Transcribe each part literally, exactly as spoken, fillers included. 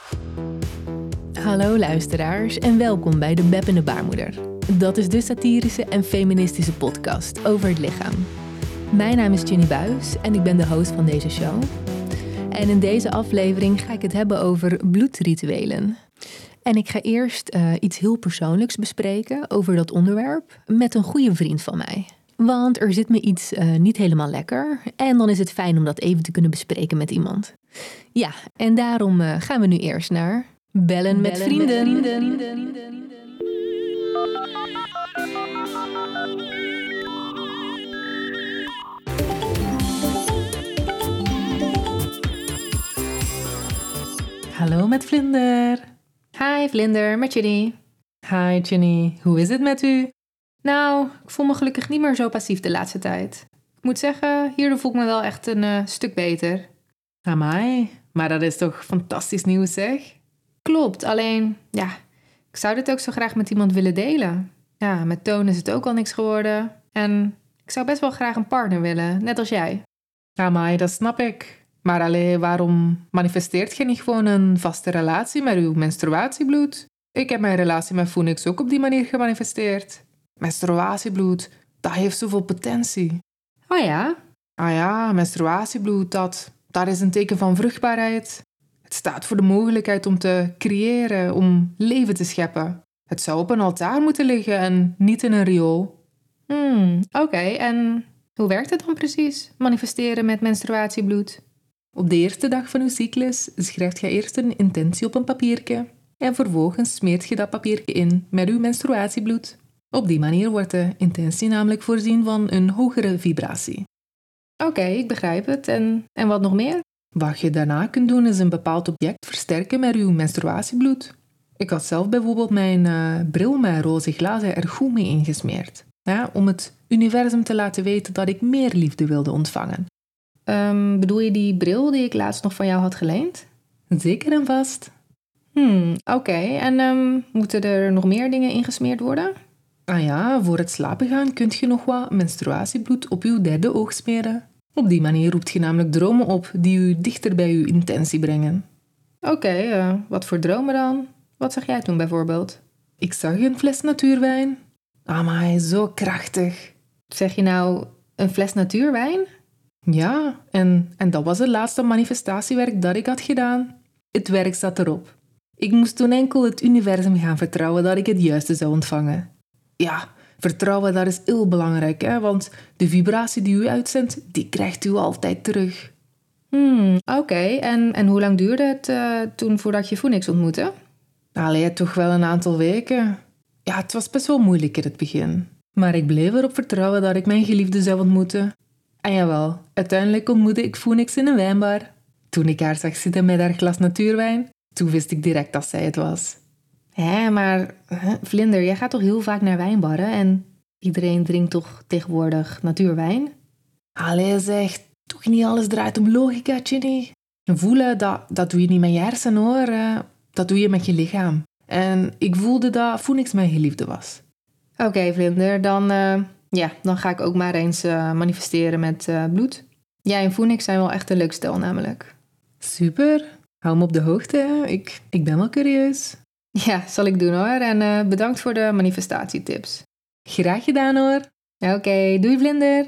Hallo luisteraars en welkom bij De Beppende Baarmoeder. Dat is de satirische en feministische podcast over het lichaam. Mijn naam is Ginny Buis en ik ben de host van deze show. En in deze aflevering ga ik het hebben over bloedrituelen. En ik ga eerst uh, iets heel persoonlijks bespreken over dat onderwerp met een goede vriend van mij. Want er zit me iets uh, niet helemaal lekker en dan is het fijn om dat even te kunnen bespreken met iemand. Ja, en daarom uh, gaan we nu eerst naar Bellen, Bellen met vrienden. Met vrienden. Hallo met Vlinder. Hi Vlinder, met Ginny. Hi Ginny, hoe is het met u? Nou, ik voel me gelukkig niet meer zo passief de laatste tijd. Ik moet zeggen, hierdoor voel ik me wel echt een uh, stuk beter. Amai, maar dat is toch fantastisch nieuws zeg? Klopt, alleen, ja, ik zou dit ook zo graag met iemand willen delen. Ja, met Toon is het ook al niks geworden. En ik zou best wel graag een partner willen, net als jij. Amai, dat snap ik. Maar allee, waarom manifesteert je niet gewoon een vaste relatie met uw menstruatiebloed? Ik heb mijn relatie met Phoenix ook op die manier gemanifesteerd. Menstruatiebloed, dat heeft zoveel potentie. Oh ja? Ah ja, menstruatiebloed, dat, dat is een teken van vruchtbaarheid. Het staat voor de mogelijkheid om te creëren, om leven te scheppen. Het zou op een altaar moeten liggen en niet in een riool. Hmm, oké, okay. En hoe werkt het dan precies, manifesteren met menstruatiebloed? Op de eerste dag van uw cyclus schrijft je eerst een intentie op een papiertje en vervolgens smeert je dat papiertje in met uw menstruatiebloed. Op die manier wordt de intentie namelijk voorzien van een hogere vibratie. Oké, okay, ik begrijp het. En, en wat nog meer? Wat je daarna kunt doen is een bepaald object versterken met uw menstruatiebloed. Ik had zelf bijvoorbeeld mijn uh, bril met roze glazen er goed mee ingesmeerd. Ja, om het universum te laten weten dat ik meer liefde wilde ontvangen. Um, bedoel je die bril die ik laatst nog van jou had geleend? Zeker en vast. Hmm, oké. Okay. En um, moeten er nog meer dingen ingesmeerd worden? Ah ja, voor het slapen gaan kunt je nog wat menstruatiebloed op uw derde oog smeren. Op die manier roept je namelijk dromen op die u dichter bij uw intentie brengen. Oké, okay, uh, wat voor dromen dan? Wat zag jij toen bijvoorbeeld? Ik zag een fles natuurwijn. Amai, zo krachtig. Zeg je nou een fles natuurwijn? Ja, en, en dat was het laatste manifestatiewerk dat ik had gedaan. Het werk zat erop. Ik moest toen enkel het universum gaan vertrouwen dat ik het juiste zou ontvangen. Ja, vertrouwen, dat is heel belangrijk, hè? Want de vibratie die u uitzendt, die krijgt u altijd terug. Hmm, oké. Okay. En, en hoe lang duurde het uh, toen voordat je Phoenix ontmoette? Allee, toch wel een aantal weken. Ja, het was best wel moeilijk in het begin. Maar ik bleef erop vertrouwen dat ik mijn geliefde zou ontmoeten. En jawel, uiteindelijk ontmoette ik Phoenix in een wijnbar. Toen ik haar zag zitten met haar glas natuurwijn, toen wist ik direct dat zij het was. Hé, maar hè, Vlinder, jij gaat toch heel vaak naar wijnbarren en iedereen drinkt toch tegenwoordig natuurwijn? Allee zeg, toch niet alles draait om logica, Ginny. Voelen, dat, dat doe je niet met je hersenen hoor, dat doe je met je lichaam. En ik voelde dat Phoenix mijn geliefde was. Oké okay, Vlinder, dan, uh, ja, dan ga ik ook maar eens uh, manifesteren met uh, bloed. Jij en Phoenix zijn wel echt een leuk stel namelijk. Super, hou me op de hoogte, ik, ik ben wel curieus. Ja, zal ik doen hoor. En uh, bedankt voor de manifestatietips. Graag gedaan hoor. Oké, okay, doei Vlinder.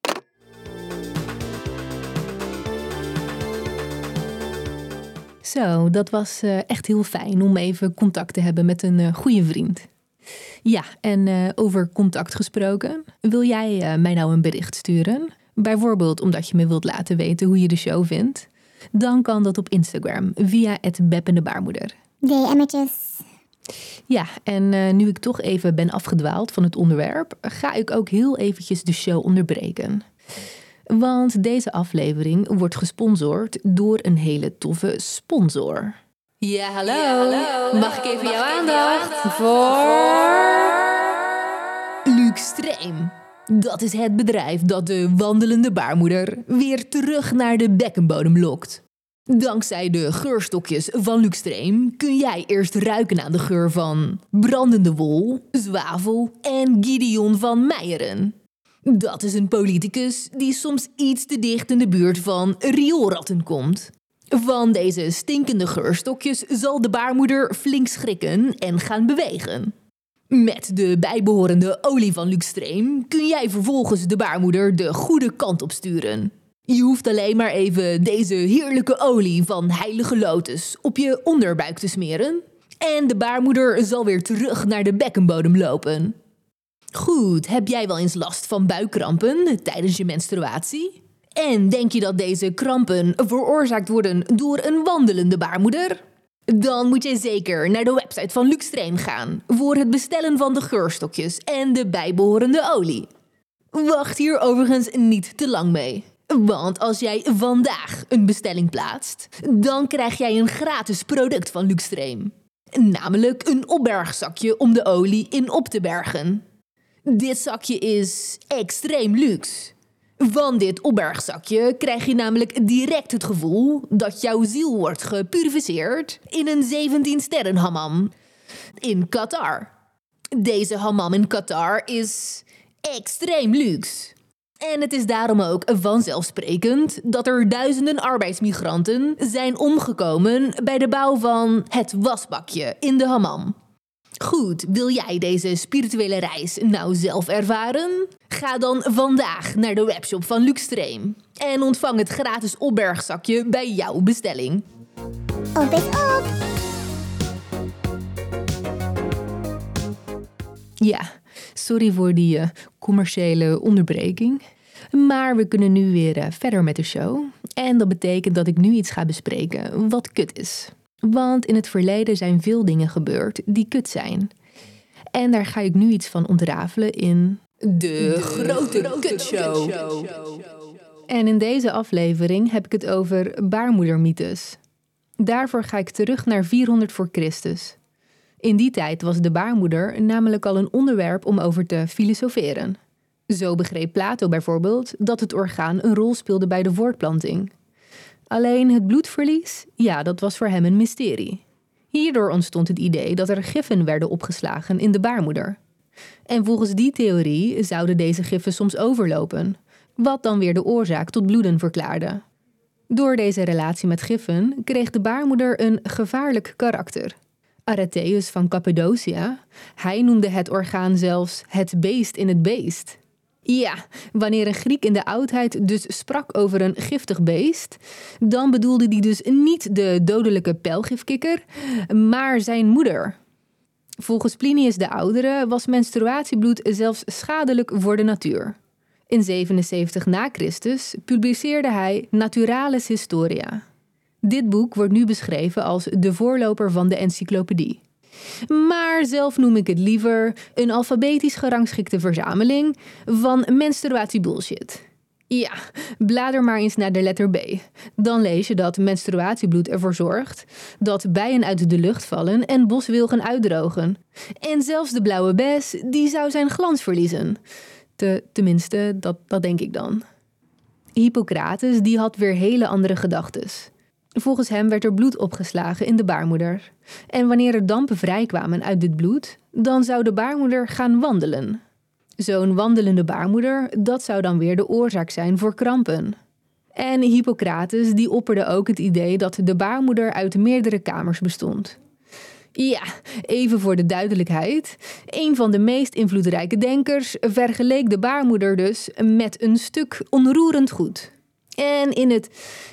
Zo, dat was uh, echt heel fijn om even contact te hebben met een uh, goede vriend. Ja, en uh, over contact gesproken. Wil jij uh, mij nou een bericht sturen? Bijvoorbeeld omdat je me wilt laten weten hoe je de show vindt. Dan kan dat op Instagram via het Beppende Baarmoeder. D M'tjes. Ja, en uh, nu ik toch even ben afgedwaald van het onderwerp, ga ik ook heel eventjes de show onderbreken. Want deze aflevering wordt gesponsord door een hele toffe sponsor. Ja, hallo. Ja, hallo. Mag ik even Mag jouw aandacht voor Luxtreem. Dat is het bedrijf dat de wandelende baarmoeder weer terug naar de bekkenbodem lokt. Dankzij de geurstokjes van Luxtreem kun jij eerst ruiken aan de geur van brandende wol, zwavel en Gideon van Meijeren. Dat is een politicus die soms iets te dicht in de buurt van rioolratten komt. Van deze stinkende geurstokjes zal de baarmoeder flink schrikken en gaan bewegen. Met de bijbehorende olie van Luxtreme kun jij vervolgens de baarmoeder de goede kant op sturen. Je hoeft alleen maar even deze heerlijke olie van heilige lotus op je onderbuik te smeren en de baarmoeder zal weer terug naar de bekkenbodem lopen. Goed, heb jij wel eens last van buikkrampen tijdens je menstruatie? En denk je dat deze krampen veroorzaakt worden door een wandelende baarmoeder? Dan moet je zeker naar de website van Luxtreme gaan voor het bestellen van de geurstokjes en de bijbehorende olie. Wacht hier overigens niet te lang mee. Want als jij vandaag een bestelling plaatst, dan krijg jij een gratis product van Luxtreme. Namelijk een opbergzakje om de olie in op te bergen. Dit zakje is extreem luxe. Van dit opbergzakje krijg je namelijk direct het gevoel dat jouw ziel wordt gepurificeerd in een zeventien sterren hammam in Qatar. Deze hammam in Qatar is extreem luxe. En het is daarom ook vanzelfsprekend dat er duizenden arbeidsmigranten zijn omgekomen bij de bouw van het wasbakje in de hammam. Goed, wil jij deze spirituele reis nou zelf ervaren? Ga dan vandaag naar de webshop van Luxtreme en ontvang het gratis opbergzakje bij jouw bestelling. Op is op! Ja, sorry voor die uh, commerciële onderbreking. Maar we kunnen nu weer uh, verder met de show. En dat betekent dat ik nu iets ga bespreken wat kut is. Want in het verleden zijn veel dingen gebeurd die kut zijn. En daar ga ik nu iets van ontrafelen in de, de grote, grote kutshow. En in deze aflevering heb ik het over baarmoedermythes. Daarvoor ga ik terug naar vierhonderd voor Christus. In die tijd was de baarmoeder namelijk al een onderwerp om over te filosoferen. Zo begreep Plato bijvoorbeeld dat het orgaan een rol speelde bij de voortplanting. Alleen het bloedverlies, ja, dat was voor hem een mysterie. Hierdoor ontstond het idee dat er giffen werden opgeslagen in de baarmoeder. En volgens die theorie zouden deze giffen soms overlopen, wat dan weer de oorzaak tot bloeden verklaarde. Door deze relatie met giffen kreeg de baarmoeder een gevaarlijk karakter. Aretheus van Cappadocia, hij noemde het orgaan zelfs het beest in het beest. Ja, wanneer een Griek in de oudheid dus sprak over een giftig beest, dan bedoelde hij dus niet de dodelijke pijlgifkikker, maar zijn moeder. Volgens Plinius de Oudere was menstruatiebloed zelfs schadelijk voor de natuur. In zevenenzeventig na Christus publiceerde hij Naturalis Historia. Dit boek wordt nu beschreven als de voorloper van de encyclopedie. Maar zelf noem ik het liever een alfabetisch gerangschikte verzameling van menstruatiebullshit. Ja, blader maar eens naar de letter B. Dan lees je dat menstruatiebloed ervoor zorgt dat bijen uit de lucht vallen en boswilgen uitdrogen. En zelfs de blauwe bes, die zou zijn glans verliezen. Te, tenminste, dat, dat denk ik dan. Hippocrates, die had weer hele andere gedachtes. Volgens hem werd er bloed opgeslagen in de baarmoeder. En wanneer er dampen vrijkwamen uit dit bloed, dan zou de baarmoeder gaan wandelen. Zo'n wandelende baarmoeder, dat zou dan weer de oorzaak zijn voor krampen. En Hippocrates die opperde ook het idee dat de baarmoeder uit meerdere kamers bestond. Ja, even voor de duidelijkheid. Een van de meest invloedrijke denkers vergeleek de baarmoeder dus met een stuk onroerend goed. En in het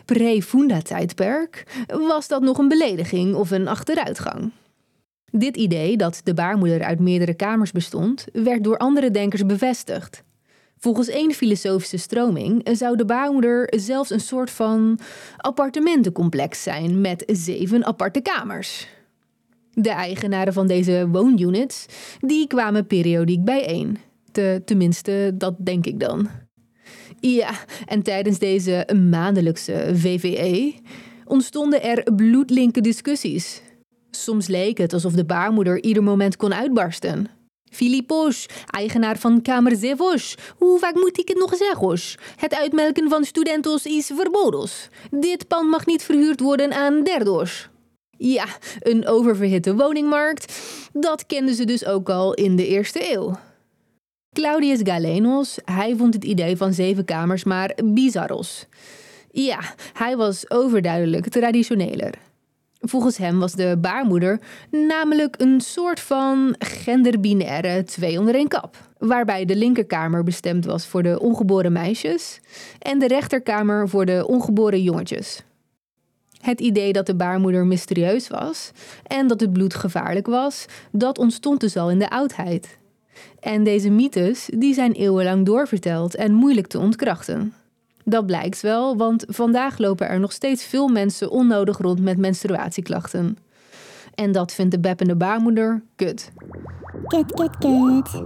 pre-Funda-tijdperk was dat nog een belediging of een achteruitgang. Dit idee dat de baarmoeder uit meerdere kamers bestond, werd door andere denkers bevestigd. Volgens één filosofische stroming zou de baarmoeder zelfs een soort van appartementencomplex zijn met zeven aparte kamers. De eigenaren van deze woonunits, die kwamen periodiek bijeen. Te, tenminste, dat denk ik dan. Ja, en tijdens deze maandelijkse V V E ontstonden er bloedlinke discussies. Soms leek het alsof de baarmoeder ieder moment kon uitbarsten. Filipos, eigenaar van Kamer Zevos, hoe vaak moet ik het nog zeggen? Het uitmelken van studentos is verboden. Dit pand mag niet verhuurd worden aan derdos. Ja, een oververhitte woningmarkt, dat kenden ze dus ook al in de eerste eeuw. Claudius Galenos, hij vond het idee van zeven kamers maar bizarros. Ja, hij was overduidelijk traditioneler. Volgens hem was de baarmoeder namelijk een soort van genderbinaire twee onder één kap. Waarbij de linkerkamer bestemd was voor de ongeboren meisjes en de rechterkamer voor de ongeboren jongetjes. Het idee dat de baarmoeder mysterieus was en dat het bloed gevaarlijk was, dat ontstond dus al in de oudheid. En deze mythes die zijn eeuwenlang doorverteld en moeilijk te ontkrachten. Dat blijkt wel, want vandaag lopen er nog steeds veel mensen onnodig rond met menstruatieklachten. En dat vindt de beppende baarmoeder kut. Kut, kut, kut.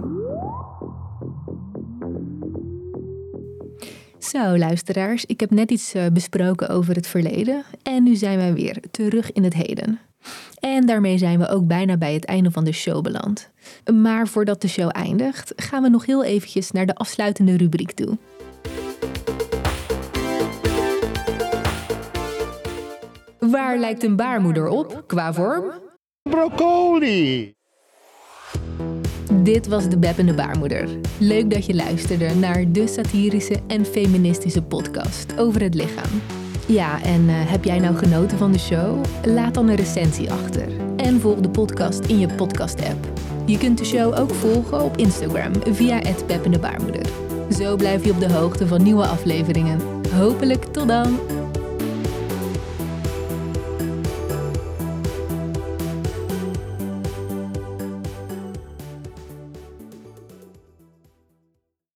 Zo, luisteraars, ik heb net iets uh, besproken over het verleden en nu zijn wij weer terug in het heden. En daarmee zijn we ook bijna bij het einde van de show beland. Maar voordat de show eindigt, gaan we nog heel eventjes naar de afsluitende rubriek toe. Waar lijkt een baarmoeder op qua vorm? Broccoli! Dit was de Beppende Baarmoeder. Leuk dat je luisterde naar de satirische en feministische podcast over het lichaam. Ja, en uh, heb jij nou genoten van de show? Laat dan een recensie achter. En volg de podcast in je podcast-app. Je kunt de show ook volgen op Instagram via het beppende baarmoeder. Zo blijf je op de hoogte van nieuwe afleveringen. Hopelijk tot dan!